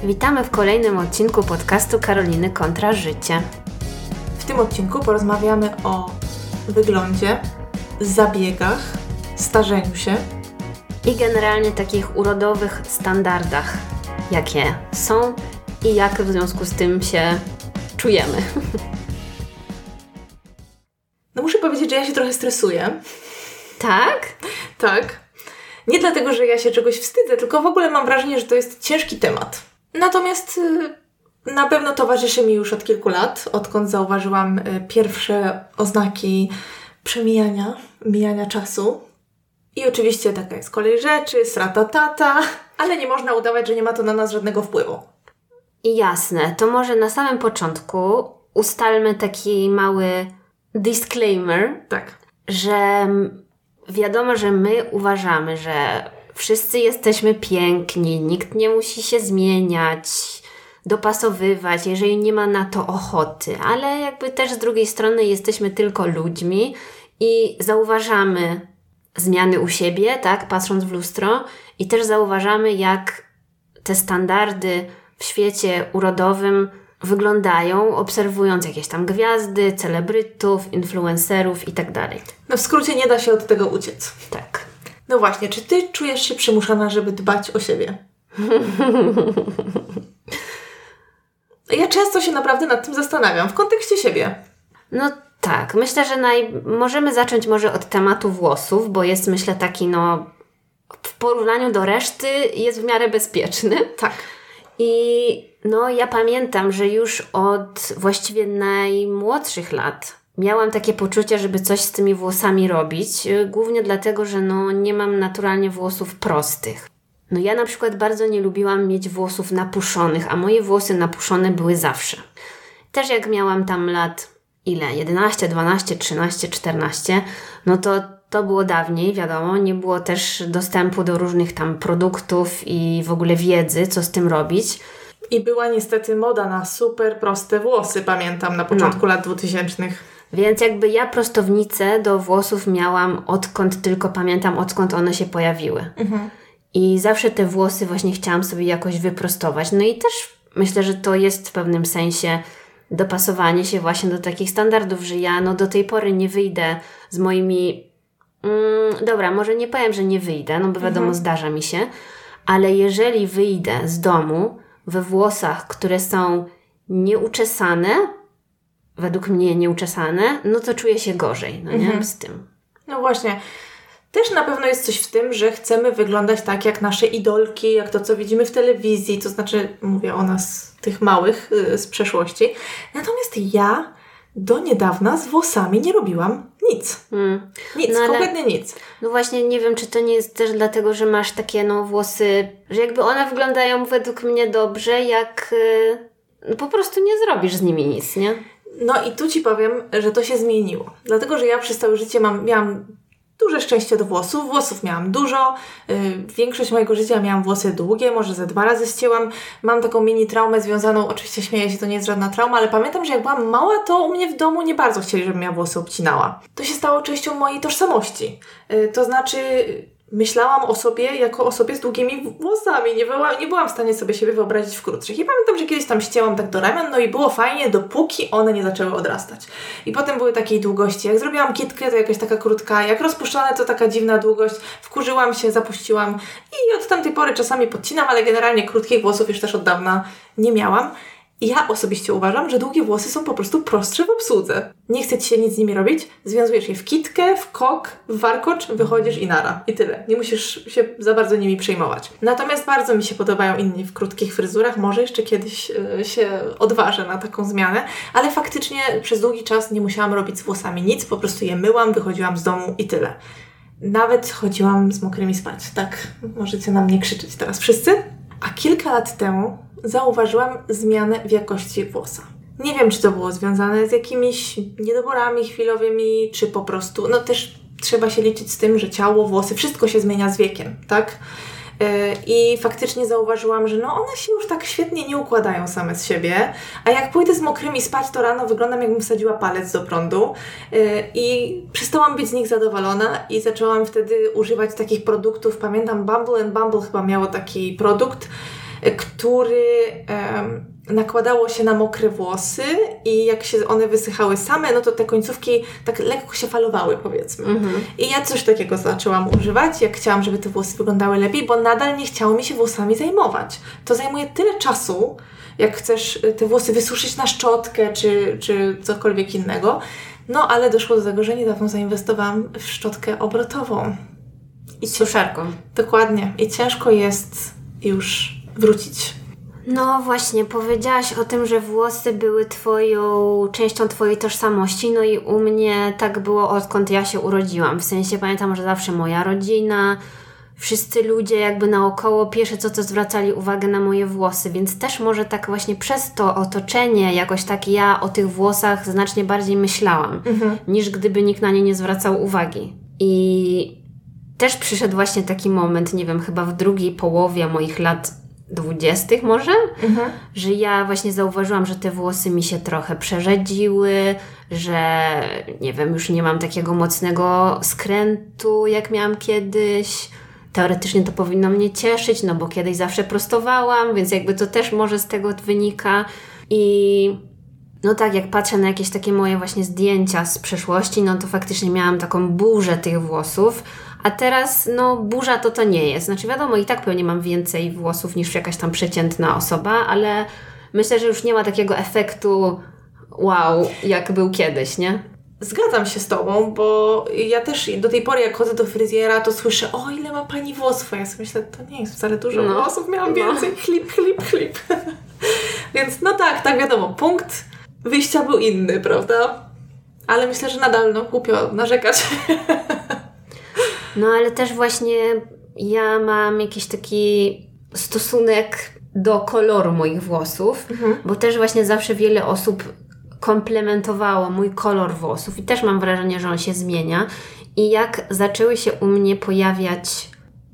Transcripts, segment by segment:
Witamy w kolejnym odcinku podcastu Karoliny kontra życie. W tym odcinku porozmawiamy o wyglądzie, zabiegach, starzeniu się i generalnie takich urodowych standardach, jakie są i jak w związku z tym się czujemy. No muszę powiedzieć, że ja się trochę stresuję. Tak? Tak. Nie dlatego, że ja się czegoś wstydzę, tylko w ogóle mam wrażenie, że to jest ciężki temat. Natomiast na pewno towarzyszy mi już od kilku lat, odkąd zauważyłam pierwsze oznaki mijania czasu. I oczywiście taka jest kolej rzeczy, sratatata, ale nie można udawać, że nie ma to na nas żadnego wpływu. I jasne, to może na samym początku ustalmy taki mały disclaimer, tak, że wiadomo, że my uważamy, że wszyscy jesteśmy piękni, nikt nie musi się zmieniać, dopasowywać, jeżeli nie ma na to ochoty, ale jakby też z drugiej strony jesteśmy tylko ludźmi i zauważamy zmiany u siebie, tak, patrząc w lustro i też zauważamy, jak te standardy w świecie urodowym wyglądają, obserwując jakieś tam gwiazdy, celebrytów, influencerów i tak dalej. No w skrócie nie da się od tego uciec. Tak. No właśnie, czy ty czujesz się przymuszana, żeby dbać o siebie? Ja często się naprawdę nad tym zastanawiam, w kontekście siebie. No tak, myślę, że możemy zacząć może od tematu włosów, bo jest, myślę, taki, w porównaniu do reszty jest w miarę bezpieczny. Tak. I ja pamiętam, że już od właściwie najmłodszych lat miałam takie poczucie, żeby coś z tymi włosami robić, głównie dlatego, że nie mam naturalnie włosów prostych. Ja na przykład bardzo nie lubiłam mieć włosów napuszonych, a moje włosy napuszone były zawsze. Też jak miałam tam lat 11, 12, 13, 14, to było dawniej, wiadomo, nie było też dostępu do różnych tam produktów i w ogóle wiedzy, co z tym robić. I była niestety moda na super proste włosy, pamiętam, na początku lat 2000. Więc jakby ja prostownicę do włosów miałam odkąd one się pojawiły. Mhm. I zawsze te włosy właśnie chciałam sobie jakoś wyprostować. No i też myślę, że to jest w pewnym sensie dopasowanie się właśnie do takich standardów, że ja do tej pory nie wyjdę z moimi... Dobra, może nie powiem, że nie wyjdę, bo wiadomo, zdarza mi się, ale jeżeli wyjdę z domu we włosach, które są nieuczesane, według mnie nieuczesane, to czuję się gorzej, nie? Z tym. No właśnie. Też na pewno jest coś w tym, że chcemy wyglądać tak jak nasze idolki, jak to, co widzimy w telewizji, to znaczy mówię o nas, tych małych z przeszłości. Natomiast ja do niedawna z włosami nie robiłam nic. Nic, kompletnie nic. No właśnie, nie wiem, czy to nie jest też dlatego, że masz takie włosy, że jakby one wyglądają według mnie dobrze, jak po prostu nie zrobisz z nimi nic, nie? No i tu Ci powiem, że to się zmieniło. Dlatego, że ja przez całe życie miałam duże szczęście do włosów. Włosów miałam dużo. Większość mojego życia miałam włosy długie, może ze 2 razy ścięłam. Mam taką mini traumę związaną, oczywiście śmieję się, to nie jest żadna trauma, ale pamiętam, że jak byłam mała, to u mnie w domu nie bardzo chcieli, żebym ja włosy obcinała. To się stało częścią mojej tożsamości. To znaczy... Myślałam o sobie jako osobie z długimi włosami. Nie byłam w stanie sobie siebie wyobrazić w krótszych. I pamiętam, że kiedyś tam ścięłam tak do ramion, i było fajnie, dopóki one nie zaczęły odrastać. I potem były takiej długości. Jak zrobiłam kitkę, to jakaś taka krótka. Jak rozpuszczone, to taka dziwna długość. Wkurzyłam się, zapuściłam. I od tamtej pory czasami podcinam, ale generalnie krótkich włosów już też od dawna nie miałam. I ja osobiście uważam, że długie włosy są po prostu prostsze w obsłudze. Nie chce Ci się nic z nimi robić, związujesz je w kitkę, w kok, w warkocz, wychodzisz i nara. I tyle. Nie musisz się za bardzo nimi przejmować. Natomiast bardzo mi się podobają inni w krótkich fryzurach. Może jeszcze kiedyś się odważę na taką zmianę, ale faktycznie przez długi czas nie musiałam robić z włosami nic, po prostu je myłam, wychodziłam z domu i tyle. Nawet chodziłam z mokrymi spać. Tak, możecie na mnie krzyczeć teraz wszyscy. A kilka lat temu zauważyłam zmianę w jakości włosa. Nie wiem, czy to było związane z jakimiś niedoborami chwilowymi, czy po prostu, też trzeba się liczyć z tym, że ciało, włosy, wszystko się zmienia z wiekiem, tak? I faktycznie zauważyłam, że one się już tak świetnie nie układają same z siebie, a jak pójdę z mokrymi spać, to rano wyglądam, jakbym wsadziła palec do prądu i przestałam być z nich zadowolona i zaczęłam wtedy używać takich produktów. Pamiętam, Bumble and Bumble chyba miało taki produkt, który nakładało się na mokre włosy i jak się one wysychały same, no to te końcówki tak lekko się falowały, powiedzmy. I ja coś takiego zaczęłam używać, jak chciałam, żeby te włosy wyglądały lepiej, bo nadal nie chciało mi się włosami zajmować. To zajmuje tyle czasu, jak chcesz te włosy wysuszyć na szczotkę, czy cokolwiek innego. No, ale doszło do tego, że niedawno zainwestowałam w szczotkę obrotową. I suszarką. Dokładnie. I ciężko jest już wrócić. No właśnie, powiedziałaś o tym, że włosy były częścią twojej tożsamości, no i u mnie tak było, odkąd ja się urodziłam. W sensie pamiętam, że zawsze moja rodzina, wszyscy ludzie jakby naokoło pierwsze co zwracali uwagę na moje włosy, więc też może tak właśnie przez to otoczenie jakoś tak ja o tych włosach znacznie bardziej myślałam, niż gdyby nikt na nie nie zwracał uwagi. I też przyszedł właśnie taki moment, nie wiem, chyba w drugiej połowie moich lat 20 może, że ja właśnie zauważyłam, że te włosy mi się trochę przerzedziły, że nie wiem, już nie mam takiego mocnego skrętu, jak miałam kiedyś. Teoretycznie to powinno mnie cieszyć, no bo kiedyś zawsze prostowałam, więc jakby to też może z tego wynika. I no tak, jak patrzę na jakieś takie moje właśnie zdjęcia z przeszłości, no to faktycznie miałam taką burzę tych włosów, a teraz no burza to nie jest. Znaczy wiadomo, i tak pewnie mam więcej włosów niż jakaś tam przeciętna osoba, ale myślę, że już nie ma takiego efektu wow, jak był kiedyś, nie? Zgadzam się z Tobą, bo ja też do tej pory jak chodzę do fryzjera, to słyszę, o ile ma Pani włosów, a ja sobie myślę, to nie jest wcale dużo włosów, miałam więcej, chlip. Więc no tak wiadomo, punkt wyjścia był inny, prawda? Ale myślę, że nadal głupio narzekać. No ale też właśnie ja mam jakiś taki stosunek do koloru moich włosów, bo też właśnie zawsze wiele osób komplementowało mój kolor włosów i też mam wrażenie, że on się zmienia. I jak zaczęły się u mnie pojawiać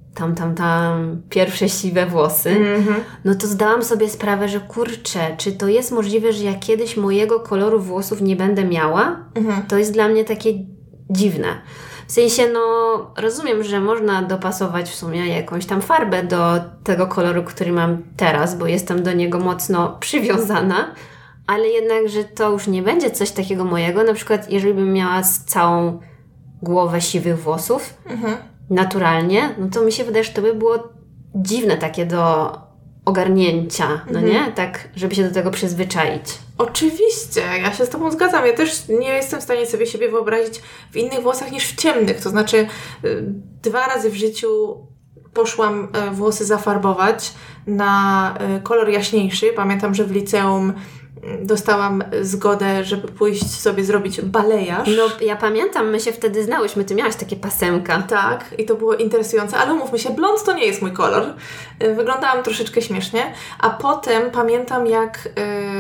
pierwsze siwe włosy, no to zdałam sobie sprawę, że kurczę, czy to jest możliwe, że ja kiedyś mojego koloru włosów nie będę miała? To jest dla mnie takie dziwne. W sensie, no rozumiem, że można dopasować w sumie jakąś tam farbę do tego koloru, który mam teraz, bo jestem do niego mocno przywiązana, ale jednak, że to już nie będzie coś takiego mojego. Na przykład, jeżeli bym miała całą głowę siwych włosów, naturalnie, no to mi się wydaje, że to by było dziwne takie do ogarnięcia, no nie? Tak, żeby się do tego przyzwyczaić. Oczywiście, ja się z Tobą zgadzam. Ja też nie jestem w stanie sobie siebie wyobrazić w innych włosach niż w ciemnych. To znaczy 2 razy w życiu poszłam włosy zafarbować na kolor jaśniejszy. Pamiętam, że w liceum dostałam zgodę, żeby pójść sobie zrobić balejarz. No, ja pamiętam, my się wtedy znałyśmy, ty miałaś takie pasemka. Tak, i to było interesujące, ale umówmy się, blond to nie jest mój kolor. Wyglądałam troszeczkę śmiesznie, a potem pamiętam jak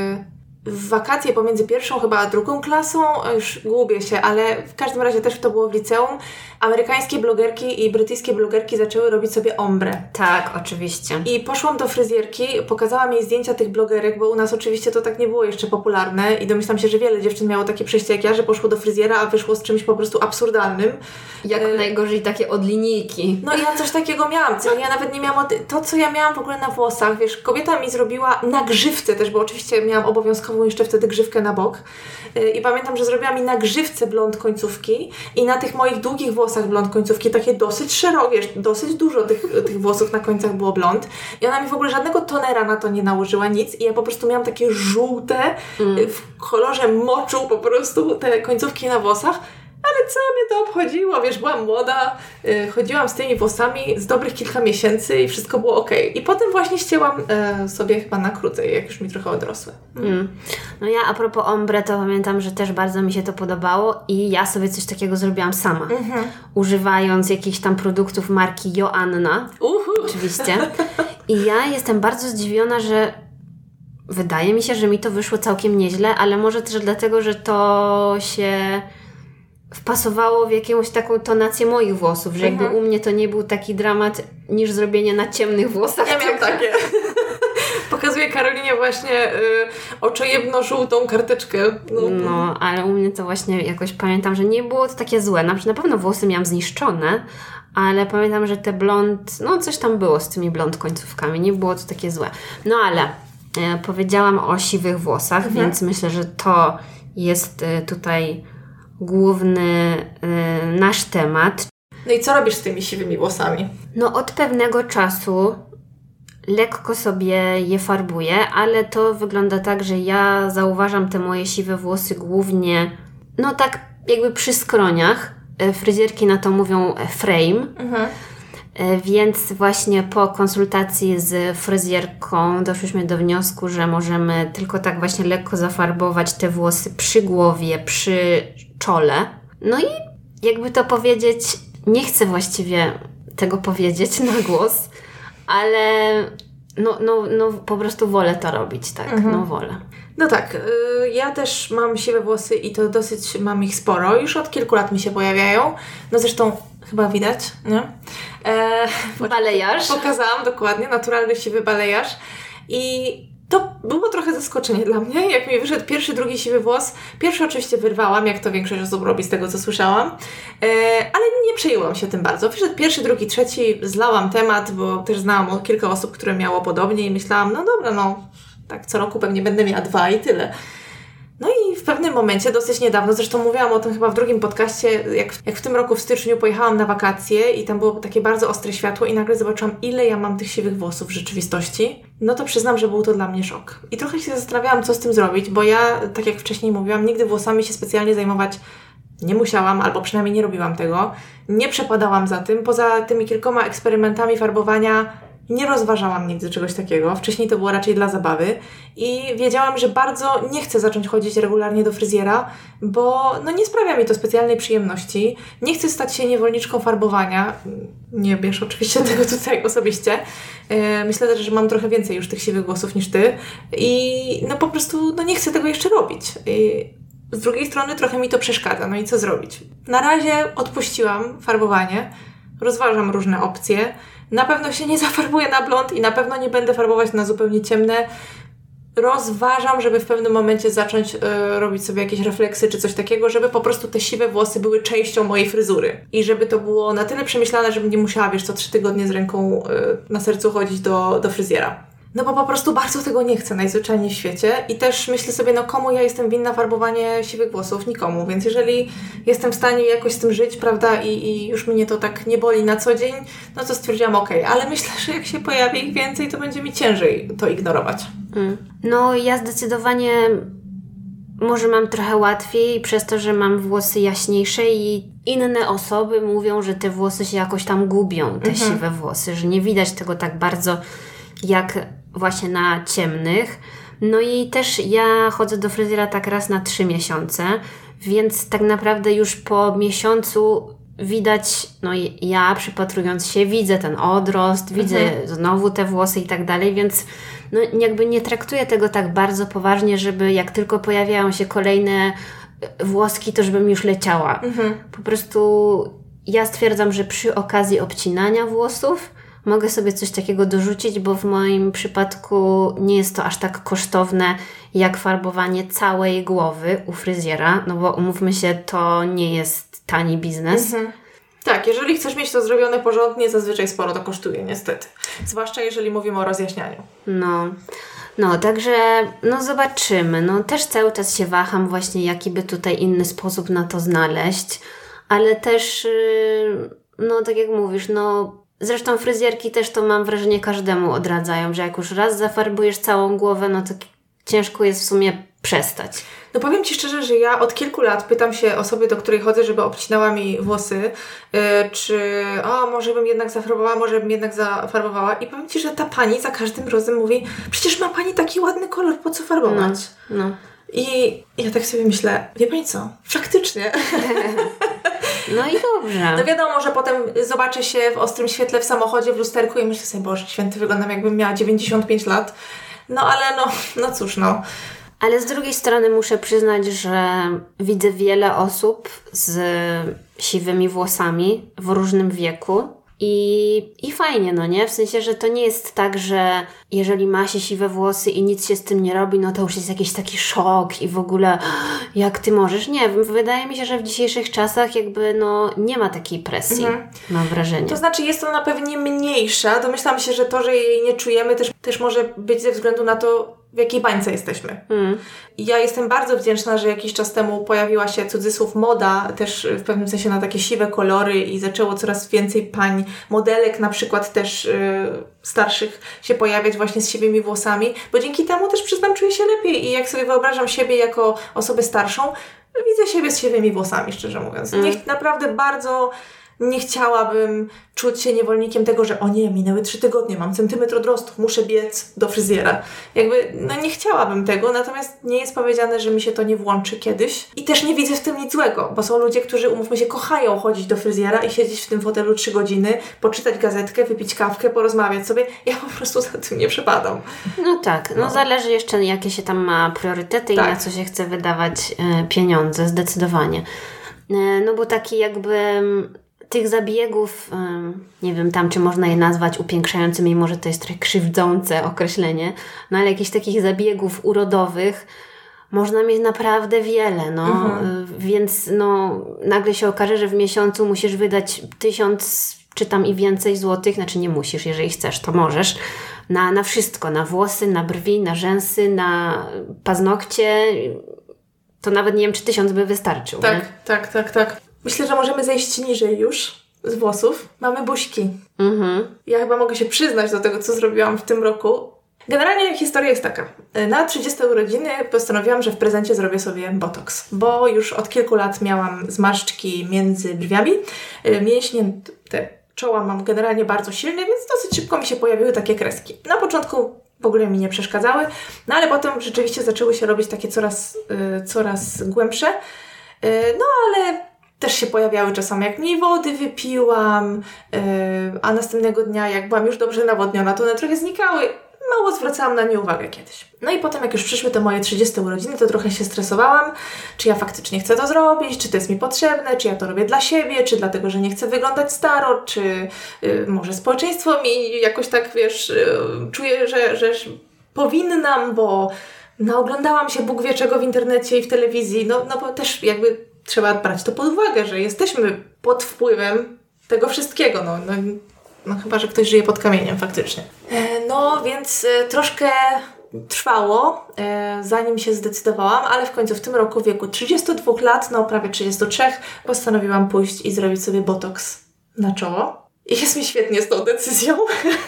w wakacje pomiędzy pierwszą chyba a drugą klasą, już gubię się, ale w każdym razie też to było w liceum, amerykańskie blogerki i brytyjskie blogerki zaczęły robić sobie ombre. Tak, oczywiście. I poszłam do fryzjerki, pokazałam jej zdjęcia tych blogerek, bo u nas oczywiście to tak nie było jeszcze popularne i domyślam się, że wiele dziewczyn miało takie przejście jak ja, że poszło do fryzjera, a wyszło z czymś po prostu absurdalnym. Jak najgorzej takie od linijki. No ja coś takiego miałam, ja nawet nie miałam to, co ja miałam w ogóle na włosach, wiesz, kobieta mi zrobiła na grzywce też, bo oczywiście miałam obowiązkową jeszcze wtedy grzywkę na bok i pamiętam, że zrobiła mi na grzywce blond końcówki i na tych moich długich włosach blond końcówki, takie dosyć szerokie, dosyć dużo tych włosów na końcach było blond i ona mi w ogóle żadnego tonera na to nie nałożyła, nic i ja po prostu miałam takie żółte w kolorze moczu po prostu te końcówki na włosach. Ale co mnie to obchodziło? Wiesz, byłam młoda, chodziłam z tymi włosami z dobrych kilka miesięcy i wszystko było okej. I potem właśnie ścięłam sobie chyba na krócej, jak już mi trochę odrosły. No ja a propos ombre, to pamiętam, że też bardzo mi się to podobało i ja sobie coś takiego zrobiłam sama. Używając jakichś tam produktów marki Joanna. Oczywiście. I ja jestem bardzo zdziwiona, że wydaje mi się, że mi to wyszło całkiem nieźle, ale może też dlatego, że to się wpasowało w jakąś taką tonację moich włosów, że jakby u mnie to nie był taki dramat niż zrobienie na ciemnych włosach. Ja miałam takie. Pokazuję Karolinie właśnie oczojebno-żółtą karteczkę. No, ale u mnie to właśnie jakoś pamiętam, że nie było to takie złe. Na pewno włosy miałam zniszczone, ale pamiętam, że te blond, no coś tam było z tymi blond końcówkami, nie było to takie złe. No ale powiedziałam o siwych włosach, więc myślę, że to jest tutaj główny nasz temat. No i co robisz z tymi siwymi włosami? No od pewnego czasu lekko sobie je farbuję, ale to wygląda tak, że ja zauważam te moje siwe włosy głównie, no tak jakby przy skroniach. Fryzjerki na to mówią frame. Więc właśnie po konsultacji z fryzjerką doszliśmy do wniosku, że możemy tylko tak właśnie lekko zafarbować te włosy przy głowie, przy czole. No i jakby to powiedzieć, nie chcę właściwie tego powiedzieć na głos, ale no po prostu wolę to robić, tak, no wolę. No tak, ja też mam siwe włosy i to dosyć mam ich sporo. Już od kilku lat mi się pojawiają. No zresztą chyba widać, nie? Balejarz. Pokazałam dokładnie, naturalny siwy balejarz. I to było trochę zaskoczenie dla mnie, jak mi wyszedł pierwszy, drugi siwy włos. Pierwszy oczywiście wyrwałam, jak to większość osób robi z tego, co słyszałam. Ale nie przejęłam się tym bardzo. Wyszedł pierwszy, drugi, trzeci, zlałam temat, bo też znałam kilka osób, które miało podobnie i myślałam, no dobra, no tak co roku pewnie będę miała 2 i tyle. No i w pewnym momencie, dosyć niedawno, zresztą mówiłam o tym chyba w drugim podcaście, jak w tym roku w styczniu pojechałam na wakacje i tam było takie bardzo ostre światło i nagle zobaczyłam, ile ja mam tych siwych włosów w rzeczywistości. No to przyznam, że był to dla mnie szok. I trochę się zastanawiałam, co z tym zrobić, bo ja, tak jak wcześniej mówiłam, nigdy włosami się specjalnie zajmować nie musiałam, albo przynajmniej nie robiłam tego. Nie przepadałam za tym. Poza tymi kilkoma eksperymentami farbowania nie rozważałam nigdy czegoś takiego. Wcześniej to było raczej dla zabawy i wiedziałam, że bardzo nie chcę zacząć chodzić regularnie do fryzjera, bo no nie sprawia mi to specjalnej przyjemności. Nie chcę stać się niewolniczką farbowania. Nie bierz oczywiście tego tutaj osobiście. Myślę też, że mam trochę więcej już tych siwych włosów niż ty i no po prostu no nie chcę tego jeszcze robić. Z drugiej strony trochę mi to przeszkadza. No i co zrobić? Na razie odpuściłam farbowanie. Rozważam różne opcje. Na pewno się nie zafarbuję na blond i na pewno nie będę farbować na zupełnie ciemne. Rozważam, żeby w pewnym momencie zacząć robić sobie jakieś refleksy czy coś takiego, żeby po prostu te siwe włosy były częścią mojej fryzury. I żeby to było na tyle przemyślane, żebym nie musiała, co 3 tygodnie z ręką na sercu chodzić do fryzjera. No bo po prostu bardzo tego nie chcę najzwyczajniej w świecie i też myślę sobie, no komu ja jestem winna farbowanie siwych włosów? Nikomu, więc jeżeli jestem w stanie jakoś z tym żyć, prawda, i już mnie to tak nie boli na co dzień, no to stwierdziłam okej, ale myślę, że jak się pojawi ich więcej, to będzie mi ciężej to ignorować. No ja zdecydowanie może mam trochę łatwiej przez to, że mam włosy jaśniejsze i inne osoby mówią, że te włosy się jakoś tam gubią, te siwe włosy, że nie widać tego tak bardzo jak właśnie na ciemnych. No i też ja chodzę do fryzjera tak raz na 3 miesiące, więc tak naprawdę już po miesiącu widać, no ja przypatrując się widzę ten odrost, widzę znowu te włosy i tak dalej, więc no jakby nie traktuję tego tak bardzo poważnie, żeby jak tylko pojawiają się kolejne włoski, to żebym już leciała. Po prostu ja stwierdzam, że przy okazji obcinania włosów mogę sobie coś takiego dorzucić, bo w moim przypadku nie jest to aż tak kosztowne jak farbowanie całej głowy u fryzjera, no bo umówmy się, to nie jest tani biznes. Tak, jeżeli chcesz mieć to zrobione porządnie, zazwyczaj sporo to kosztuje, niestety. Zwłaszcza jeżeli mówimy o rozjaśnianiu. No, także no zobaczymy. No też cały czas się waham właśnie, jaki by tutaj inny sposób na to znaleźć, ale też, no tak jak mówisz, no zresztą fryzjerki też to mam wrażenie każdemu odradzają, że jak już raz zafarbujesz całą głowę, no to ciężko jest w sumie przestać. No powiem Ci szczerze, że ja od kilku lat pytam się osoby, do której chodzę, żeby obcinała mi włosy, czy może bym jednak zafarbowała, może bym jednak zafarbowała i powiem Ci, że ta pani za każdym razem mówi, przecież ma Pani taki ładny kolor, po co farbować? No. I ja tak sobie myślę, wie Pani co, faktycznie. No i dobrze. No wiadomo, że potem zobaczę się w ostrym świetle w samochodzie, w lusterku i myślę sobie, Boże Święty, wyglądam jakbym miała 95 lat. No ale no cóż, no. Ale z drugiej strony muszę przyznać, że widzę wiele osób z siwymi włosami w różnym wieku I fajnie, no nie? W sensie, że to nie jest tak, że jeżeli ma się siwe włosy i nic się z tym nie robi, no to już jest jakiś taki szok i w ogóle jak ty możesz. Nie, wydaje mi się, że w dzisiejszych czasach jakby no nie ma takiej presji, mam wrażenie. To znaczy jest ona pewnie mniejsza. Domyślam się, że to, że jej nie czujemy też może być ze względu na to, w jakiej bańce jesteśmy. I ja jestem bardzo wdzięczna, że jakiś czas temu pojawiła się, cudzysłów, moda też w pewnym sensie na takie siwe kolory i zaczęło coraz więcej pań, modelek na przykład też starszych się pojawiać właśnie z siwymi włosami, bo dzięki temu też przyznam, czuję się lepiej i jak sobie wyobrażam siebie jako osobę starszą, widzę siebie z siwymi włosami, szczerze mówiąc. Naprawdę bardzo nie chciałabym czuć się niewolnikiem tego, że o nie, minęły 3 tygodnie, mam centymetr odrostów, muszę biec do fryzjera. Jakby, no nie chciałabym tego, natomiast nie jest powiedziane, że mi się to nie włączy kiedyś. I też nie widzę w tym nic złego, bo są ludzie, którzy, umówmy się, kochają chodzić do fryzjera i siedzieć w tym fotelu 3 godziny, poczytać gazetkę, wypić kawkę, porozmawiać sobie. Ja po prostu za tym nie przepadam. No tak, no zależy jeszcze jakie się tam ma priorytety i na co się chce wydawać pieniądze, zdecydowanie. No bo taki jakby tych zabiegów, nie wiem tam, czy można je nazwać upiększającymi, może to jest trochę krzywdzące określenie, no ale jakichś takich zabiegów urodowych można mieć naprawdę wiele, no. Więc no nagle się okaże, że w miesiącu musisz wydać 1000 czy tam i więcej złotych, znaczy nie musisz, jeżeli chcesz, to możesz, na wszystko, na włosy, na brwi, na rzęsy, na paznokcie, to nawet nie wiem, czy 1000 by wystarczył. Tak, nie? tak. Myślę, że możemy zejść niżej już z włosów. Mamy buźki. Ja chyba mogę się przyznać do tego, co zrobiłam w tym roku. Generalnie historia jest taka. Na 30 urodziny postanowiłam, że w prezencie zrobię sobie botoks, bo już od kilku lat miałam zmarszczki między brwiami. Mięśnie te czoła mam generalnie bardzo silne, więc dosyć szybko mi się pojawiły takie kreski. Na początku w ogóle mi nie przeszkadzały, no ale potem rzeczywiście zaczęły się robić takie coraz głębsze. No ale też się pojawiały czasami, jak mniej wody wypiłam, a następnego dnia, jak byłam już dobrze nawodniona, to one trochę znikały. Mało zwracałam na nie uwagę kiedyś. No i potem, jak już przyszły te moje 30 urodziny, to trochę się stresowałam, czy ja faktycznie chcę to zrobić, czy to jest mi potrzebne, czy ja to robię dla siebie, czy dlatego, że nie chcę wyglądać staro, czy może społeczeństwo mi jakoś tak, wiesz, czuję, że powinnam, bo naoglądałam się Bóg wie czego w internecie i w telewizji, no bo też jakby trzeba brać to pod uwagę, że jesteśmy pod wpływem tego wszystkiego, no chyba, że ktoś żyje pod kamieniem faktycznie. No więc troszkę trwało, zanim się zdecydowałam, ale w końcu w tym roku w wieku 32 lat, no prawie 33, postanowiłam pójść i zrobić sobie botoks na czoło. I jest mi świetnie z tą decyzją.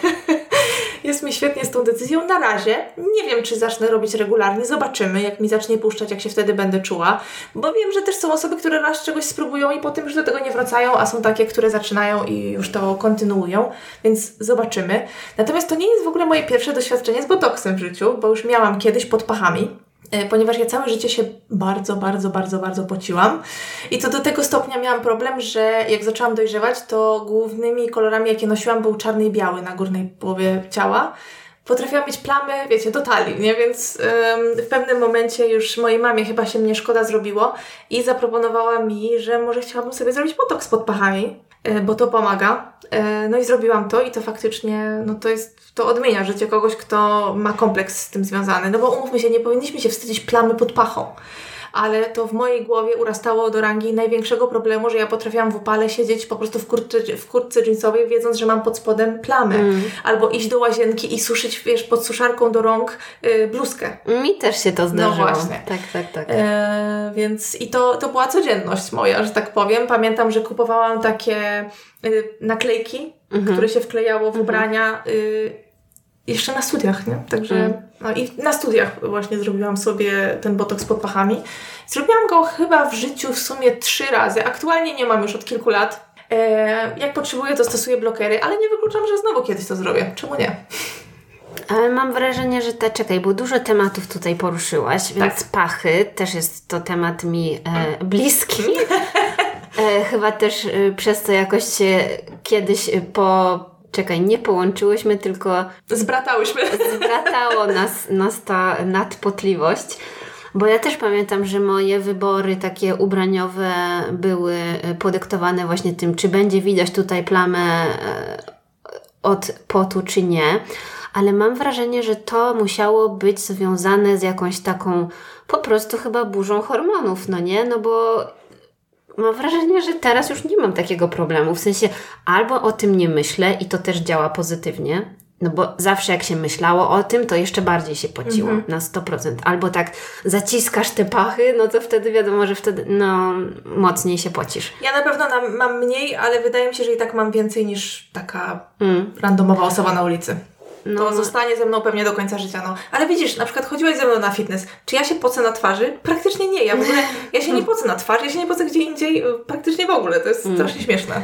Na razie. Nie wiem, czy zacznę robić regularnie. Zobaczymy, jak mi zacznie puszczać, jak się wtedy będę czuła. Bo wiem, że też są osoby, które raz czegoś spróbują i potem już do tego nie wracają, a są takie, które zaczynają i już to kontynuują. Więc zobaczymy. Natomiast to nie jest w ogóle moje pierwsze doświadczenie z botoksem w życiu, bo już miałam kiedyś pod pachami. Ponieważ ja całe życie się bardzo pociłam. I to do tego stopnia miałam problem, że jak zaczęłam dojrzewać, to głównymi kolorami, jakie nosiłam, był czarny i biały na górnej połowie ciała. Potrafiłam mieć plamy, wiecie, do talii, nie? Więc w pewnym momencie już mojej mamie chyba się mnie szkoda zrobiło i zaproponowała mi, że może chciałabym sobie zrobić botoks pod pachami, bo to pomaga. No i zrobiłam to i to faktycznie, no to odmienia życie kogoś, kto ma kompleks z tym związany. No bo umówmy się, nie powinniśmy się wstydzić plamy pod pachą. Ale to w mojej głowie urastało do rangi największego problemu, że ja potrafiłam w upale siedzieć po prostu w kurtce jeansowej, wiedząc, że mam pod spodem plamę. Albo iść do łazienki i suszyć, wiesz, pod suszarką do rąk bluzkę. Mi też się to zdarzyło. No właśnie. Tak. Więc i to była codzienność moja, że tak powiem. Pamiętam, że kupowałam takie naklejki, które się wklejało w ubrania jeszcze na studiach, nie? Także no i na studiach właśnie zrobiłam sobie ten botoks pod pachami. Zrobiłam go chyba w życiu w sumie 3 razy. Aktualnie nie mam już od kilku lat. Jak potrzebuję, to stosuję blokery, ale nie wykluczam, że znowu kiedyś to zrobię. Czemu nie? Ale mam wrażenie, że czekaj, bo dużo tematów tutaj poruszyłaś, więc pachy też jest to temat mi bliski. Chyba też przez to jakoś się kiedyś nie połączyłyśmy, tylko zbratało nas ta nadpotliwość. Bo ja też pamiętam, że moje wybory takie ubraniowe były podyktowane właśnie tym, czy będzie widać tutaj plamę od potu, czy nie. Ale mam wrażenie, że to musiało być związane z jakąś taką po prostu chyba burzą hormonów, no nie? No bo mam wrażenie, że teraz już nie mam takiego problemu. W sensie albo o tym nie myślę i to też działa pozytywnie, no bo zawsze jak się myślało o tym, to jeszcze bardziej się pociło na 100%. Albo tak zaciskasz te pachy, no to wtedy wiadomo, że wtedy mocniej się pocisz. Ja na pewno mam mniej, ale wydaje mi się, że i tak mam więcej niż taka randomowa osoba na ulicy. To zostanie ze mną pewnie do końca życia. No. Ale widzisz, na przykład chodziłaś ze mną na fitness. Czy ja się pocę na twarzy? Praktycznie nie. Ja się nie pocę na twarzy, ja się nie pocę gdzie indziej. Praktycznie w ogóle. To jest strasznie śmieszne.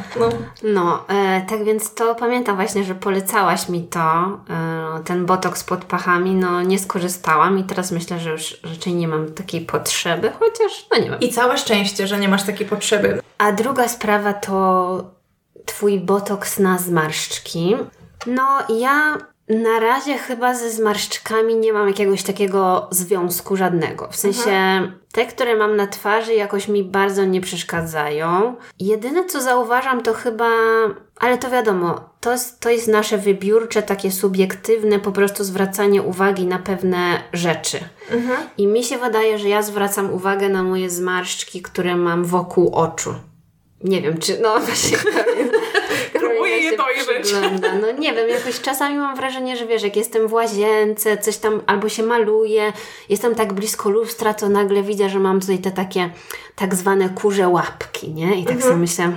Tak więc to pamiętam właśnie, że polecałaś mi to, ten botoks pod pachami. No nie skorzystałam i teraz myślę, że już raczej nie mam takiej potrzeby, chociaż nie wiem. I całe szczęście, że nie masz takiej potrzeby. A druga sprawa to twój botoks na zmarszczki. No ja na razie chyba ze zmarszczkami nie mam jakiegoś takiego związku żadnego. W sensie te, które mam na twarzy jakoś mi bardzo nie przeszkadzają. Jedyne co zauważam to chyba, ale to wiadomo, to jest nasze wybiórcze, takie subiektywne po prostu zwracanie uwagi na pewne rzeczy. I mi się wydaje, że ja zwracam uwagę na moje zmarszczki, które mam wokół oczu. Nie wiem, czy właśnie... Próbuję je dojrzeć. No nie wiem, jakoś czasami mam wrażenie, że wiesz, jak jestem w łazience, coś tam albo się maluję, jestem tak blisko lustra, to nagle widzę, że mam tutaj te takie tak zwane kurze łapki, nie? I tak sobie myślę,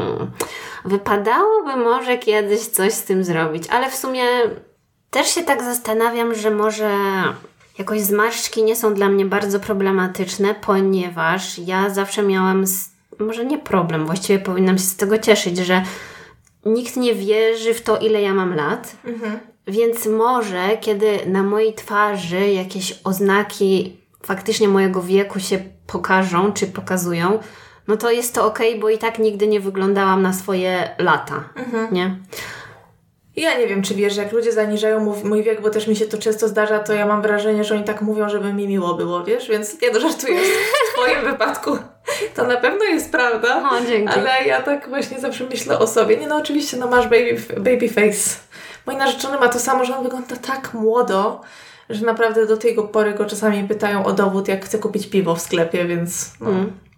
wypadałoby może kiedyś coś z tym zrobić, ale w sumie też się tak zastanawiam, że może jakoś zmarszczki nie są dla mnie bardzo problematyczne, ponieważ ja zawsze miałam może nie problem, właściwie powinnam się z tego cieszyć, że nikt nie wierzy w to, ile ja mam lat, więc może kiedy na mojej twarzy jakieś oznaki faktycznie mojego wieku się pokażą, czy pokazują, no to jest to okej, bo i tak nigdy nie wyglądałam na swoje lata, nie? Ja nie wiem, czy wiesz, jak ludzie zaniżają mój wiek, bo też mi się to często zdarza, to ja mam wrażenie, że oni tak mówią, żeby mi miło było, wiesz? Więc nie żartuję. W twoim wypadku to na pewno jest prawda. O, dzięki. Ale ja tak właśnie zawsze myślę o sobie. Nie, no oczywiście, no masz baby face. Mój narzeczony ma to samo, że on wygląda tak młodo, że naprawdę do tej pory go czasami pytają o dowód, jak chce kupić piwo w sklepie, więc no.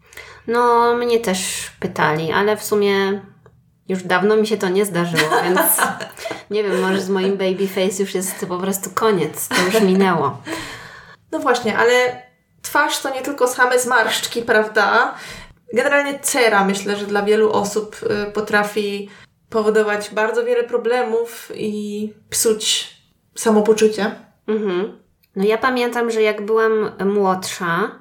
No, mnie też pytali, ale w sumie już dawno mi się to nie zdarzyło, więc nie wiem, może z moim baby face już jest po prostu koniec, to już minęło. No właśnie, ale twarz to nie tylko same zmarszczki, prawda? Generalnie cera, myślę, że dla wielu osób potrafi powodować bardzo wiele problemów i psuć samopoczucie. No ja pamiętam, że jak byłam młodsza,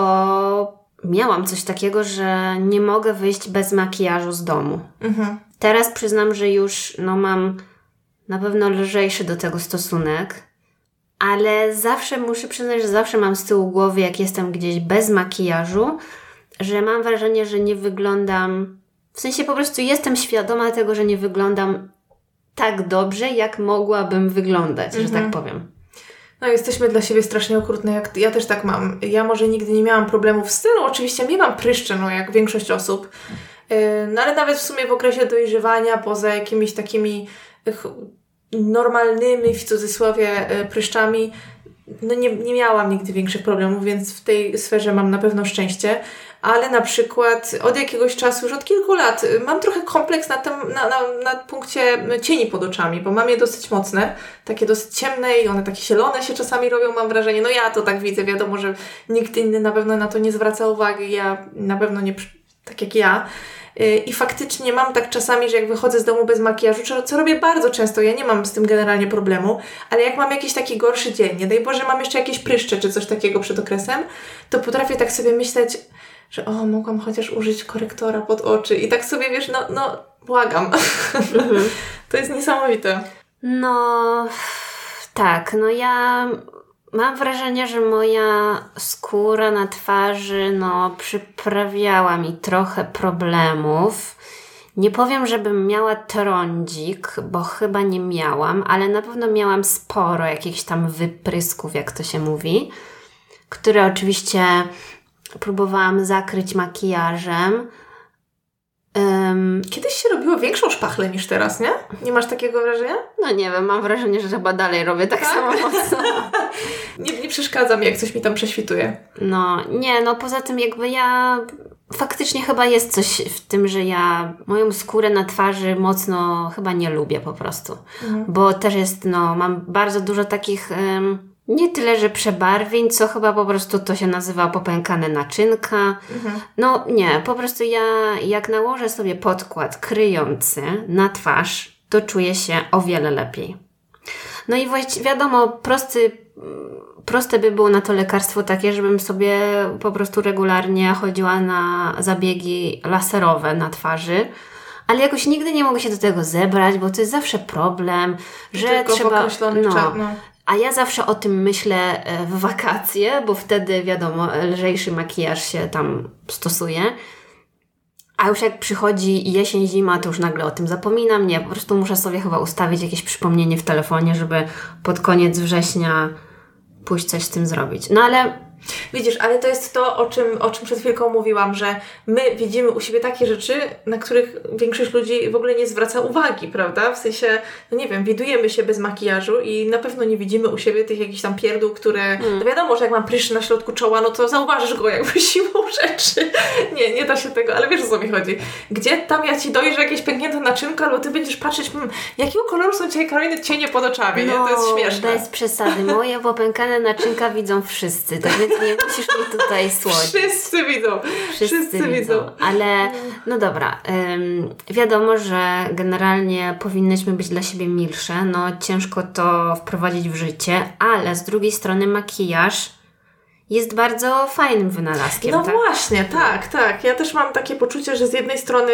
to miałam coś takiego, że nie mogę wyjść bez makijażu z domu. Teraz przyznam, że już mam na pewno lżejszy do tego stosunek, ale zawsze muszę przyznać, że zawsze mam z tyłu głowy, jak jestem gdzieś bez makijażu, że mam wrażenie, że nie wyglądam, w sensie po prostu jestem świadoma tego, że nie wyglądam tak dobrze, jak mogłabym wyglądać, że tak powiem. No jesteśmy dla siebie strasznie okrutne, ja też tak mam. Ja może nigdy nie miałam problemów z stylu, oczywiście miewam pryszcze, jak większość osób, no ale nawet w sumie w okresie dojrzewania, poza jakimiś takimi normalnymi, w cudzysłowie, pryszczami, no nie miałam nigdy większych problemów, więc w tej sferze mam na pewno szczęście. Ale na przykład od jakiegoś czasu, już od kilku lat, mam trochę kompleks na punkcie cieni pod oczami, bo mam je dosyć mocne, takie dosyć ciemne i one takie zielone się czasami robią, mam wrażenie. No ja to tak widzę, wiadomo, że nikt inny na pewno na to nie zwraca uwagi, ja na pewno nie tak jak ja. I faktycznie mam tak czasami, że jak wychodzę z domu bez makijażu, co robię bardzo często, ja nie mam z tym generalnie problemu, ale jak mam jakiś taki gorszy dzień, nie daj Boże, mam jeszcze jakieś pryszcze czy coś takiego przed okresem, to potrafię tak sobie myśleć, że mogłam chociaż użyć korektora pod oczy i tak sobie, wiesz, błagam. To jest niesamowite. No, tak, ja mam wrażenie, że moja skóra na twarzy, przyprawiała mi trochę problemów. Nie powiem, żebym miała trądzik, bo chyba nie miałam, ale na pewno miałam sporo jakichś tam wyprysków, jak to się mówi, które oczywiście próbowałam zakryć makijażem. Kiedyś się robiło większą szpachlę niż teraz, nie? Nie masz takiego wrażenia? No nie wiem, mam wrażenie, że chyba dalej robię tak samo mocno. Nie przeszkadza mi, jak coś mi tam prześwituje. No, nie, no poza tym jakby ja... Faktycznie chyba jest coś w tym, że ja moją skórę na twarzy mocno chyba nie lubię po prostu. Bo też jest, no, mam bardzo dużo takich... nie tyle, że przebarwień, co chyba po prostu to się nazywa popękane naczynka. No nie, po prostu ja jak nałożę sobie podkład kryjący na twarz, to czuję się o wiele lepiej. No i właściwie wiadomo, proste by było na to lekarstwo takie, żebym sobie po prostu regularnie chodziła na zabiegi laserowe na twarzy. Ale jakoś nigdy nie mogę się do tego zebrać, bo to jest zawsze problem, że tylko trzeba... No. A ja zawsze o tym myślę w wakacje, bo wtedy wiadomo, lżejszy makijaż się tam stosuje. A już jak przychodzi jesień, zima, to już nagle o tym zapominam. Nie, po prostu muszę sobie chyba ustawić jakieś przypomnienie w telefonie, żeby pod koniec września pójść coś z tym zrobić. No ale... Widzisz, ale to jest to, o czym przed chwilką mówiłam, że my widzimy u siebie takie rzeczy, na których większość ludzi w ogóle nie zwraca uwagi, prawda? W sensie, no nie wiem, widujemy się bez makijażu i na pewno nie widzimy u siebie tych jakichś tam pierdół, które... No wiadomo, że jak mam pryszcz na środku czoła, no to zauważysz go jakby siłą rzeczy. Nie da się tego, ale wiesz, o co mi chodzi. Gdzie tam ja ci dojrzę jakieś pęknięte naczynko, albo ty będziesz patrzeć, jakiego koloru są dzisiaj Karoliny cienie pod oczami, nie? To jest śmieszne. Bez przesady. Moje popękane naczynka widzą wszyscy, tak więc nie musisz mi tutaj słodzić. Wszyscy widzą. Wszyscy widzą. Ale no dobra, wiadomo, że generalnie powinnyśmy być dla siebie milsze, no ciężko to wprowadzić w życie, ale z drugiej strony makijaż jest bardzo fajnym wynalazkiem. No tak? właśnie, tak. Ja też mam takie poczucie, że z jednej strony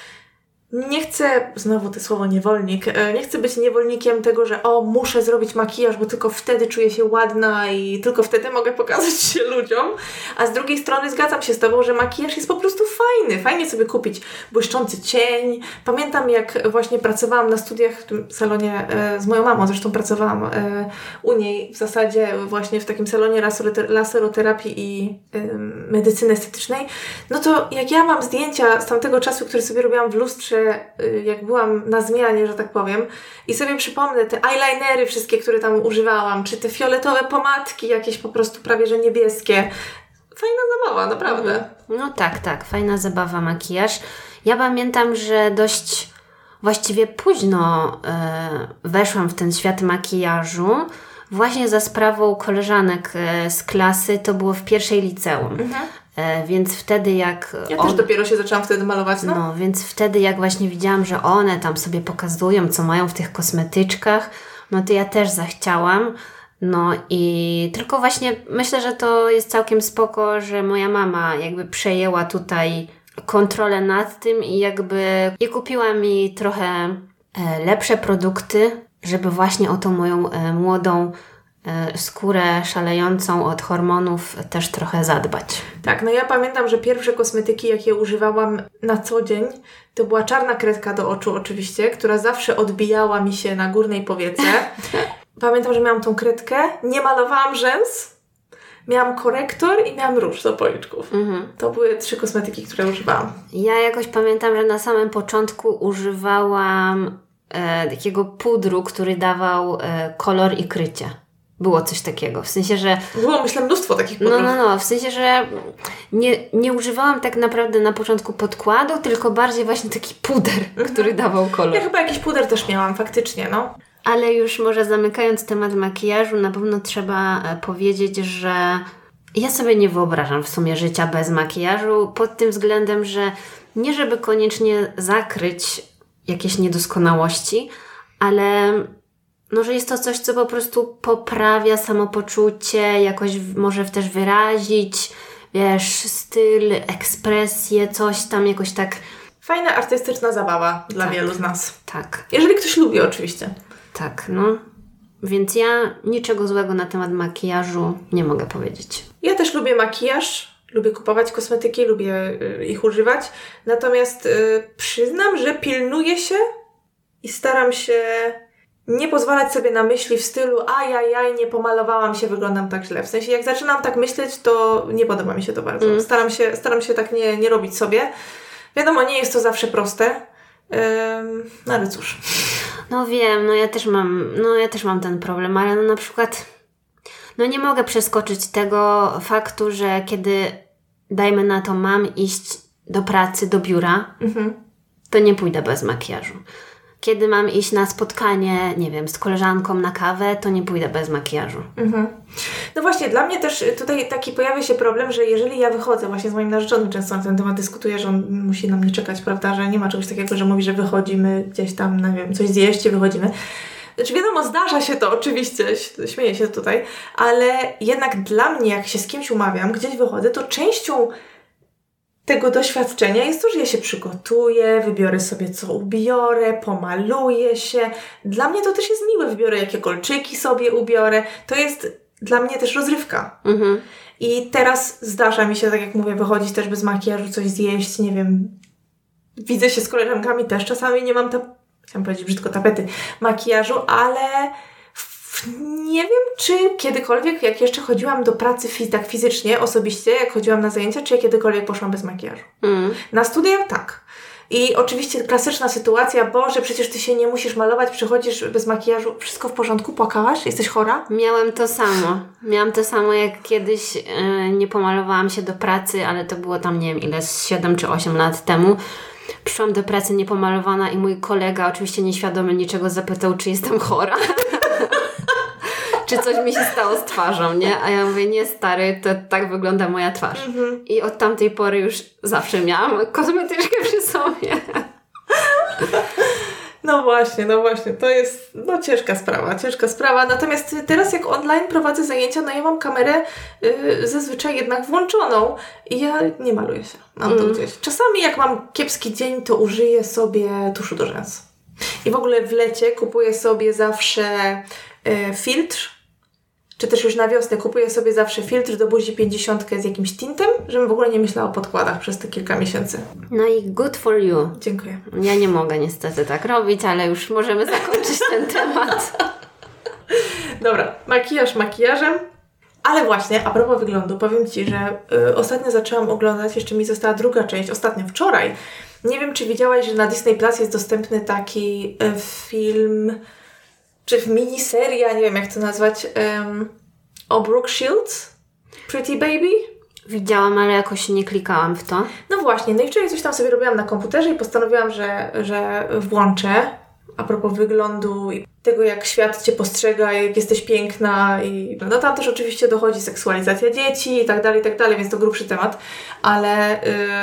nie chcę, znowu to słowo niewolnik, nie chcę być niewolnikiem tego, że muszę zrobić makijaż, bo tylko wtedy czuję się ładna i tylko wtedy mogę pokazać się ludziom, a z drugiej strony zgadzam się z Tobą, że makijaż jest po prostu fajny. Fajnie sobie kupić błyszczący cień. Pamiętam, jak właśnie pracowałam na studiach w tym salonie z moją mamą, zresztą pracowałam u niej w zasadzie właśnie w takim salonie laseroterapii i medycyny estetycznej, no to jak ja mam zdjęcia z tamtego czasu, które sobie robiłam w lustrze, jak byłam na zmianie, że tak powiem, i sobie przypomnę te eyelinery wszystkie, które tam używałam, czy te fioletowe pomadki jakieś po prostu prawie że niebieskie. Fajna zabawa, naprawdę. No tak, fajna zabawa, makijaż. Ja pamiętam, że dość właściwie późno weszłam w ten świat makijażu, właśnie za sprawą koleżanek z klasy, to było w pierwszej liceum. Więc wtedy jak... Ja też dopiero się zaczęłam wtedy malować, no. No, więc wtedy jak właśnie widziałam, że one tam sobie pokazują, co mają w tych kosmetyczkach, no to ja też zachciałam. No i tylko właśnie myślę, że to jest całkiem spoko, że moja mama jakby przejęła tutaj kontrolę nad tym i kupiła mi trochę lepsze produkty, żeby właśnie o tą moją młodą skórę szalejącą od hormonów też trochę zadbać. Tak, no ja pamiętam, że pierwsze kosmetyki, jakie używałam na co dzień, to była czarna kredka do oczu oczywiście, która zawsze odbijała mi się na górnej powiece. Pamiętam, że miałam tą kredkę, nie malowałam rzęs, miałam korektor i miałam róż do policzków. To były 3 kosmetyki, które używałam. Ja jakoś pamiętam, że na samym początku używałam takiego pudru, który dawał kolor i krycie. Było coś takiego, w sensie, że... Było, myślę, mnóstwo takich pudrów. No, w sensie, że nie używałam tak naprawdę na początku podkładu, tylko bardziej właśnie taki puder, który dawał kolor. Ja chyba jakiś puder też miałam, faktycznie, no. Ale już może zamykając temat makijażu, na pewno trzeba powiedzieć, że ja sobie nie wyobrażam w sumie życia bez makijażu, pod tym względem, że nie żeby koniecznie zakryć jakieś niedoskonałości, ale... No, że jest to coś, co po prostu poprawia samopoczucie, jakoś może też wyrazić, wiesz, styl, ekspresję, coś tam jakoś tak... Fajna, artystyczna zabawa dla wielu z nas. Tak. Jeżeli ktoś lubi oczywiście. Tak, no. Więc ja niczego złego na temat makijażu nie mogę powiedzieć. Ja też lubię makijaż, lubię kupować kosmetyki, lubię ich używać. Natomiast przyznam, że pilnuję się i staram się nie pozwalać sobie na myśli w stylu ajajaj, nie pomalowałam się, wyglądam tak źle. W sensie jak zaczynam tak myśleć, to nie podoba mi się to bardzo. Staram się tak nie robić sobie. Wiadomo, nie jest to zawsze proste, no ale cóż. No wiem, ja też mam ten problem, ale na przykład nie mogę przeskoczyć tego faktu, że kiedy, dajmy na to, mam iść do pracy, do biura, to nie pójdę bez makijażu. Kiedy mam iść na spotkanie, nie wiem, z koleżanką na kawę, to nie pójdę bez makijażu. No właśnie, dla mnie też tutaj taki pojawia się problem, że jeżeli ja wychodzę, właśnie z moim narzeczonym często na ten temat dyskutuję, że on musi na mnie czekać, prawda, że nie ma czegoś takiego, że mówi, że wychodzimy gdzieś tam, nie wiem, coś zjeść i wychodzimy. Znaczy wiadomo, zdarza się to oczywiście, śmieję się tutaj, ale jednak dla mnie, jak się z kimś umawiam, gdzieś wychodzę, to częścią tego doświadczenia jest to, że ja się przygotuję, wybiorę sobie co ubiorę, pomaluję się. Dla mnie to też jest miłe, wybiorę jakie kolczyki sobie ubiorę. To jest dla mnie też rozrywka. I teraz zdarza mi się, tak jak mówię, wychodzić też bez makijażu, coś zjeść, nie wiem. Widzę się z koleżankami też, czasami nie mam chciałam powiedzieć brzydko tapety makijażu, ale nie wiem, czy kiedykolwiek, jak jeszcze chodziłam do pracy tak fizycznie, osobiście, jak chodziłam na zajęcia, czy ja kiedykolwiek poszłam bez makijażu. Na studiach tak. I oczywiście klasyczna sytuacja, Boże, przecież ty się nie musisz malować, przychodzisz bez makijażu, wszystko w porządku, płakałaś? Jesteś chora? Miałam to samo, jak kiedyś nie pomalowałam się do pracy, ale to było tam, nie wiem ile, 7 czy 8 lat temu. Przyszłam do pracy niepomalowana i mój kolega, oczywiście nieświadomy niczego, zapytał, czy jestem chora. Czy coś mi się stało z twarzą, nie? A ja mówię, nie stary, to tak wygląda moja twarz. I od tamtej pory już zawsze miałam kosmetyczkę przy sobie. No właśnie, to jest ciężka sprawa. Natomiast teraz jak online prowadzę zajęcia, ja mam kamerę zazwyczaj jednak włączoną i ja nie maluję się. Mam to gdzieś. Czasami jak mam kiepski dzień, to użyję sobie tuszu do rzęs. I w ogóle w lecie kupuję sobie zawsze filtr, czy też już na wiosnę kupuję sobie zawsze filtr do buzi 50 z jakimś tintem, żebym w ogóle nie myślała o podkładach przez te kilka miesięcy. No i good for you. Dziękuję. Ja nie mogę niestety tak robić, ale już możemy zakończyć ten temat. Dobra, makijaż makijażem. Ale właśnie, a propos wyglądu, powiem Ci, że ostatnio zaczęłam oglądać, jeszcze mi została druga część, wczoraj. Nie wiem, czy widziałaś, że na Disney Plus jest dostępny taki film, czy miniseria, nie wiem jak to nazwać, o Brooke Shields, Pretty Baby. Widziałam, ale jakoś nie klikałam w to. No właśnie, no i wczoraj coś tam sobie robiłam na komputerze i postanowiłam, że włączę a propos wyglądu i tego, jak świat Cię postrzega, jak jesteś piękna i no tam też oczywiście dochodzi seksualizacja dzieci i tak dalej, więc to grubszy temat, ale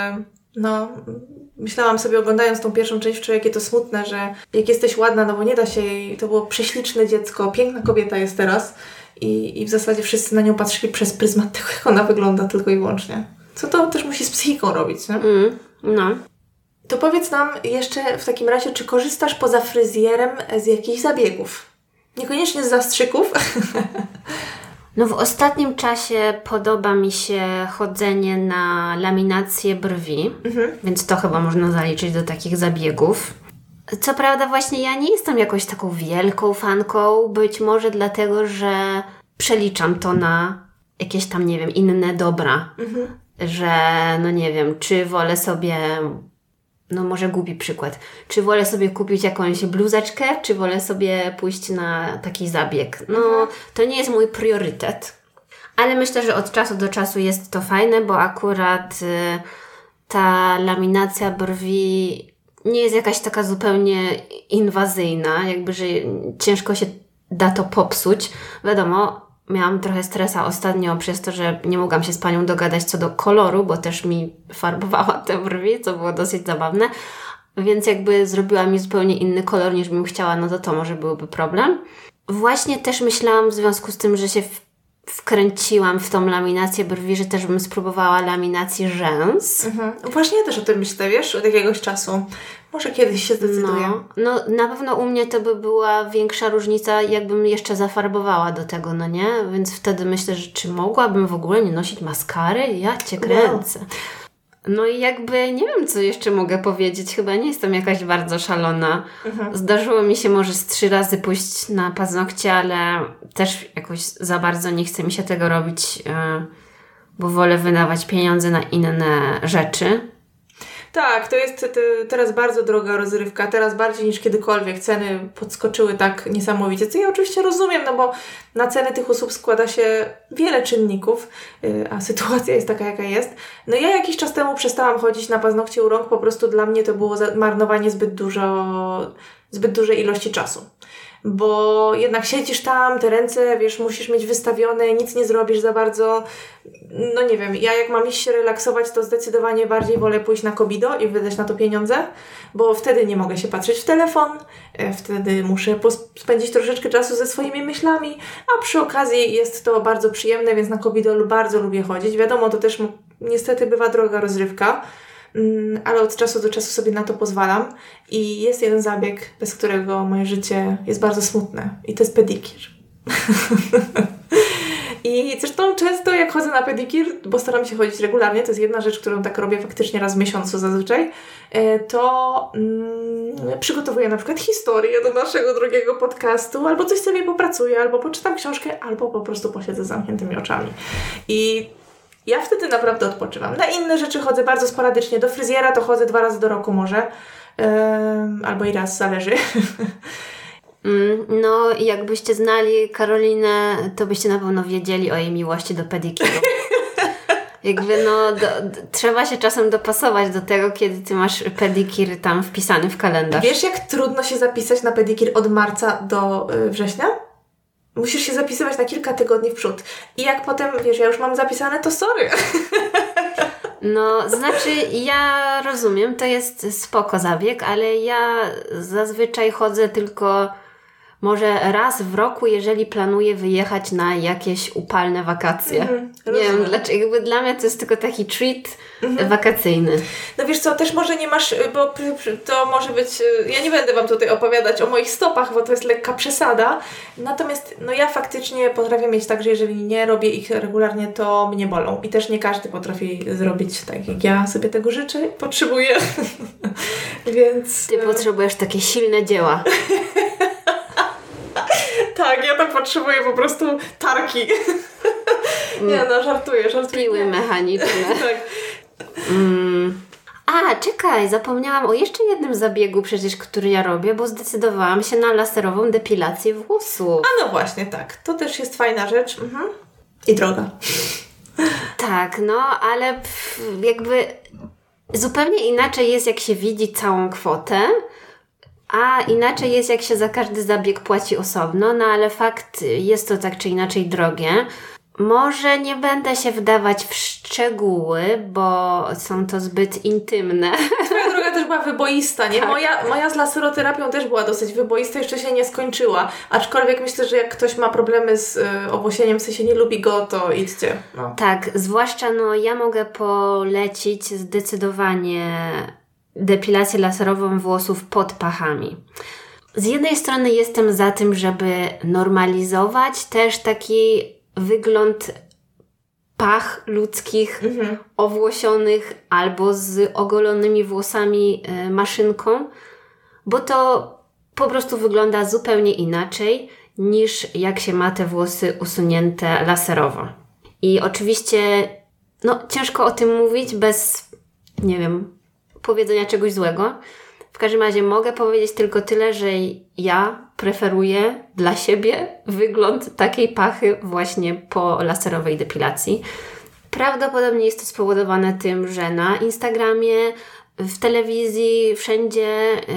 myślałam sobie, oglądając tą pierwszą część wczoraj, jakie to smutne, że jak jesteś ładna, no bo nie da się jej, to było prześliczne dziecko, piękna kobieta jest teraz i w zasadzie wszyscy na nią patrzyli przez pryzmat tego, jak ona wygląda tylko i wyłącznie. Co to też musi z psychiką robić, nie? No. To powiedz nam jeszcze w takim razie, czy korzystasz poza fryzjerem z jakichś zabiegów? Niekoniecznie z zastrzyków. No w ostatnim czasie podoba mi się chodzenie na laminację brwi, więc to chyba można zaliczyć do takich zabiegów. Co prawda właśnie ja nie jestem jakoś taką wielką fanką, być może dlatego, że przeliczam to na jakieś tam, nie wiem, inne dobra. Że, no nie wiem, czy wolę sobie... No może głupi przykład. Czy wolę sobie kupić jakąś bluzeczkę, czy wolę sobie pójść na taki zabieg? No, to nie jest mój priorytet. Ale myślę, że od czasu do czasu jest to fajne, bo akurat ta laminacja brwi nie jest jakaś taka zupełnie inwazyjna, jakby, że ciężko się da to popsuć. Wiadomo, miałam trochę stresa ostatnio przez to, że nie mogłam się z panią dogadać co do koloru, bo też mi farbowała te brwi, co było dosyć zabawne. Więc jakby zrobiła mi zupełnie inny kolor niż bym chciała, no to może byłby problem. Właśnie też myślałam w związku z tym, że się wkręciłam w tą laminację brwi, że też bym spróbowała laminacji rzęs. Właśnie ja też o tym myślę, wiesz, od jakiegoś czasu. Może kiedyś się zdecyduję. No na pewno u mnie to by była większa różnica, jakbym jeszcze zafarbowała do tego, no nie? Więc wtedy myślę, że czy mogłabym w ogóle nie nosić maskary? Ja Cię kręcę. Wow. No i jakby nie wiem, co jeszcze mogę powiedzieć. Chyba nie jestem jakaś bardzo szalona. Zdarzyło mi się może z 3 razy pójść na paznokcie, ale też jakoś za bardzo nie chce mi się tego robić, bo wolę wydawać pieniądze na inne rzeczy. Tak, to jest teraz bardzo droga rozrywka, teraz bardziej niż kiedykolwiek. Ceny podskoczyły tak niesamowicie, co ja oczywiście rozumiem, no bo na ceny tych usług składa się wiele czynników, a sytuacja jest taka, jaka jest. No ja jakiś czas temu przestałam chodzić na paznokcie u rąk, po prostu dla mnie to było marnowanie zbyt dużej ilości czasu. Bo jednak siedzisz tam, te ręce, wiesz, musisz mieć wystawione, nic nie zrobisz za bardzo. No nie wiem, ja jak mam iść się relaksować, to zdecydowanie bardziej wolę pójść na Kobido i wydać na to pieniądze, bo wtedy nie mogę się patrzeć w telefon, wtedy muszę spędzić troszeczkę czasu ze swoimi myślami, a przy okazji jest to bardzo przyjemne, więc na Kobido bardzo lubię chodzić. Wiadomo, to też niestety bywa droga rozrywka, ale od czasu do czasu sobie na to pozwalam i jest jeden zabieg, bez którego moje życie jest bardzo smutne i to jest pedikir. I zresztą często jak chodzę na pedikir, bo staram się chodzić regularnie, to jest jedna rzecz, którą tak robię faktycznie raz w miesiącu zazwyczaj, to przygotowuję na przykład historię do naszego drugiego podcastu, albo coś sobie popracuję, albo poczytam książkę, albo po prostu posiedzę z zamkniętymi oczami. I ja wtedy naprawdę odpoczywam. Na inne rzeczy chodzę bardzo sporadycznie. Do fryzjera to chodzę 2 razy do roku może. Albo i raz, zależy. No, jakbyście znali Karolinę, to byście na pewno wiedzieli o jej miłości do pedikiru. Jakby trzeba się czasem dopasować do tego, kiedy ty masz pedikir tam wpisany w kalendarz. Wiesz, jak trudno się zapisać na pedikir od marca do września? Musisz się zapisywać na kilka tygodni w przód. I jak potem, wiesz, ja już mam zapisane, to sorry. No, znaczy ja rozumiem, to jest spoko zabieg, ale ja zazwyczaj chodzę tylko może raz w roku, jeżeli planuję wyjechać na jakieś upalne wakacje. Nie wiem, dlaczego, jakby dla mnie to jest tylko taki treat wakacyjny. No wiesz co, też może nie masz, bo to może być, ja nie będę Wam tutaj opowiadać o moich stopach, bo to jest lekka przesada, natomiast no ja faktycznie potrafię mieć tak, że jeżeli nie robię ich regularnie, to mnie bolą i też nie każdy potrafi zrobić tak, jak ja sobie tego życzę, potrzebuję, więc... Ty potrzebujesz takie silne dzieła. Tak, ja tak potrzebuję po prostu tarki. Nie no, żartuję. Piły mechaniczne. Tak. A, czekaj, zapomniałam o jeszcze jednym zabiegu przecież, który ja robię, bo zdecydowałam się na laserową depilację włosów. A no właśnie, tak. To też jest fajna rzecz. I droga. Tak, no, ale jakby zupełnie inaczej jest, jak się widzi całą kwotę, a inaczej jest, jak się za każdy zabieg płaci osobno, no ale fakt, jest to tak czy inaczej drogie. Może nie będę się wdawać w szczegóły, bo są to zbyt intymne. Twoja droga też była wyboista, nie? Tak. Moja z laseroterapią też była dosyć wyboista, jeszcze się nie skończyła. Aczkolwiek myślę, że jak ktoś ma problemy z owłosieniem, w sensie nie lubi go, to idźcie. No. Tak, zwłaszcza ja mogę polecić zdecydowanie depilację laserową włosów pod pachami. Z jednej strony jestem za tym, żeby normalizować też taki wygląd pach ludzkich, owłosionych albo z ogolonymi włosami maszynką, bo to po prostu wygląda zupełnie inaczej niż jak się ma te włosy usunięte laserowo. I oczywiście ciężko o tym mówić bez, nie wiem, powiedzenia czegoś złego. W każdym razie mogę powiedzieć tylko tyle, że ja preferuję dla siebie wygląd takiej pachy właśnie po laserowej depilacji. Prawdopodobnie jest to spowodowane tym, że na Instagramie, w telewizji, wszędzie,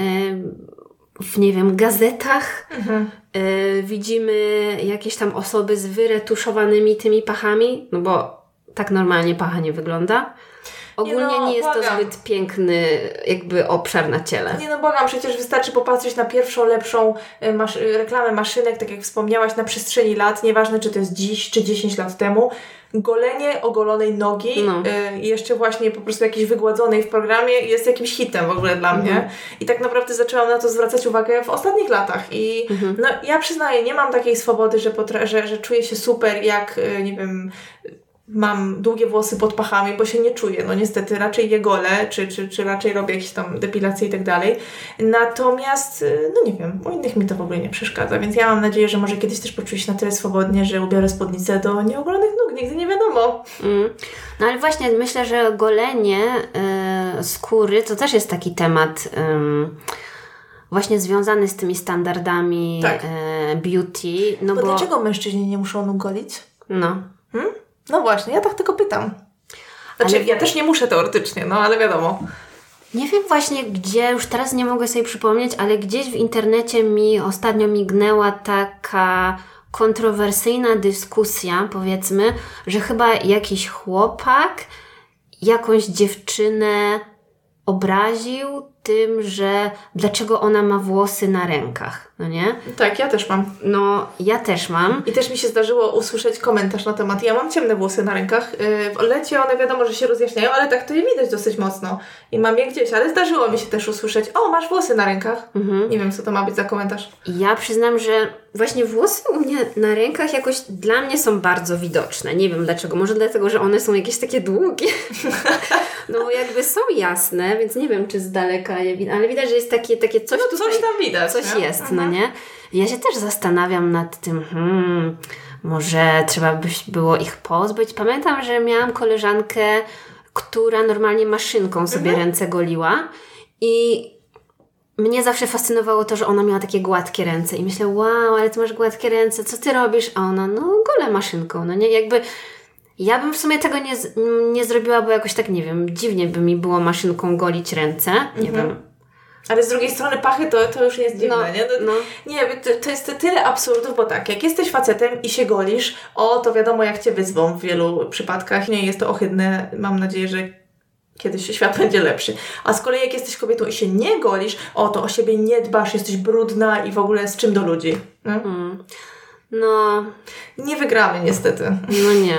w nie wiem, gazetach widzimy jakieś tam osoby z wyretuszowanymi tymi pachami, no bo tak normalnie pacha nie wygląda. Ogólnie nie jest to zbyt piękny jakby obszar na ciele. Nie błagam, przecież wystarczy popatrzeć na pierwszą, lepszą reklamę maszynek, tak jak wspomniałaś, na przestrzeni lat, nieważne czy to jest dziś, czy 10 lat temu, golenie ogolonej nogi i jeszcze właśnie po prostu jakiejś wygładzonej w programie jest jakimś hitem w ogóle dla mnie. I tak naprawdę zaczęłam na to zwracać uwagę w ostatnich latach. I ja przyznaję, nie mam takiej swobody, że czuję się super jak, nie wiem, mam długie włosy pod pachami, bo się nie czuję. No niestety raczej je golę, czy raczej robię jakieś tam depilacje i tak dalej. Natomiast, no nie wiem, u innych mi to w ogóle nie przeszkadza, więc ja mam nadzieję, że może kiedyś też poczuję się na tyle swobodnie, że ubiorę spódnicę do nieogolonych nóg. Nigdy nie wiadomo. No ale właśnie myślę, że golenie skóry to też jest taki temat właśnie związany z tymi standardami beauty. No bo dlaczego mężczyźni nie muszą nóg golić? No. No właśnie, ja tak tylko pytam. Znaczy, ja też nie muszę teoretycznie, no ale wiadomo. Nie wiem właśnie gdzie, już teraz nie mogę sobie przypomnieć, ale gdzieś w internecie mi ostatnio mignęła taka kontrowersyjna dyskusja, powiedzmy, że chyba jakiś chłopak jakąś dziewczynę obraził tym, że dlaczego ona ma włosy na rękach, no nie? Tak, ja też mam. No, ja też mam. I też mi się zdarzyło usłyszeć komentarz na temat. Ja mam ciemne włosy na rękach. W lecie one wiadomo, że się rozjaśniają, ale tak to je widać dosyć mocno. I mam je gdzieś, ale zdarzyło mi się też usłyszeć: o, masz włosy na rękach. Nie wiem, co to ma być za komentarz. Ja przyznam, że właśnie włosy u mnie na rękach jakoś dla mnie są bardzo widoczne. Nie wiem dlaczego. Może dlatego, że one są jakieś takie długie. No bo jakby są jasne, więc nie wiem, czy z daleka je widać, ale widać, że jest takie coś no, tutaj. Coś tam widać. Coś jest, no nie? Ja się też zastanawiam nad tym, może trzeba by było ich pozbyć. Pamiętam, że miałam koleżankę, która normalnie maszynką sobie ręce goliła i mnie zawsze fascynowało to, że ona miała takie gładkie ręce i myślę, wow, ale ty masz gładkie ręce, co ty robisz? A ona, no golę maszynką, no nie? Jakby ja bym w sumie tego nie zrobiła, bo jakoś tak, nie wiem, dziwnie by mi było maszynką golić ręce, nie wiem. Ale z drugiej strony pachy to już nie jest dziwne, nie? Nie, to jest tyle absurdów, bo tak, jak jesteś facetem i się golisz, to wiadomo jak Cię wyzwą w wielu przypadkach. Nie jest to ohydne, mam nadzieję, że kiedyś świat będzie lepszy. A z kolei jak jesteś kobietą i się nie golisz, to o siebie nie dbasz, jesteś brudna i w ogóle z czym do ludzi. No. Nie wygramy niestety. No nie.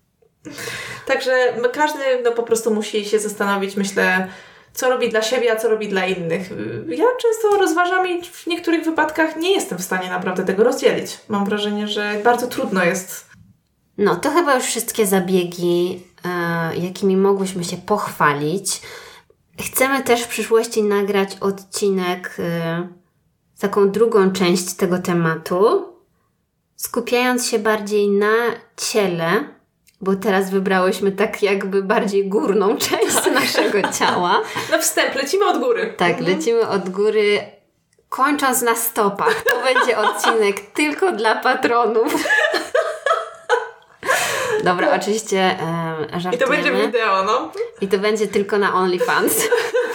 Także każdy po prostu musi się zastanowić, myślę, co robi dla siebie, a co robi dla innych. Ja często rozważam i w niektórych wypadkach nie jestem w stanie naprawdę tego rozdzielić. Mam wrażenie, że bardzo trudno jest. No, to chyba już wszystkie zabiegi, jakimi mogłyśmy się pochwalić. Chcemy też w przyszłości nagrać odcinek, taką drugą część tego tematu, skupiając się bardziej na ciele, bo teraz wybrałyśmy tak jakby bardziej górną część naszego ciała. Na wstęp, lecimy od góry. Tak, lecimy od góry, kończąc na stopach. To będzie odcinek tylko dla patronów. Dobra, oczywiście żartujemy. I to będzie wideo, no. I to będzie tylko na OnlyFans.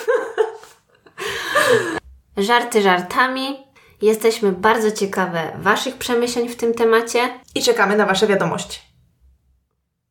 Żarty żartami. Jesteśmy bardzo ciekawe Waszych przemyśleń w tym temacie. I czekamy na Wasze wiadomości.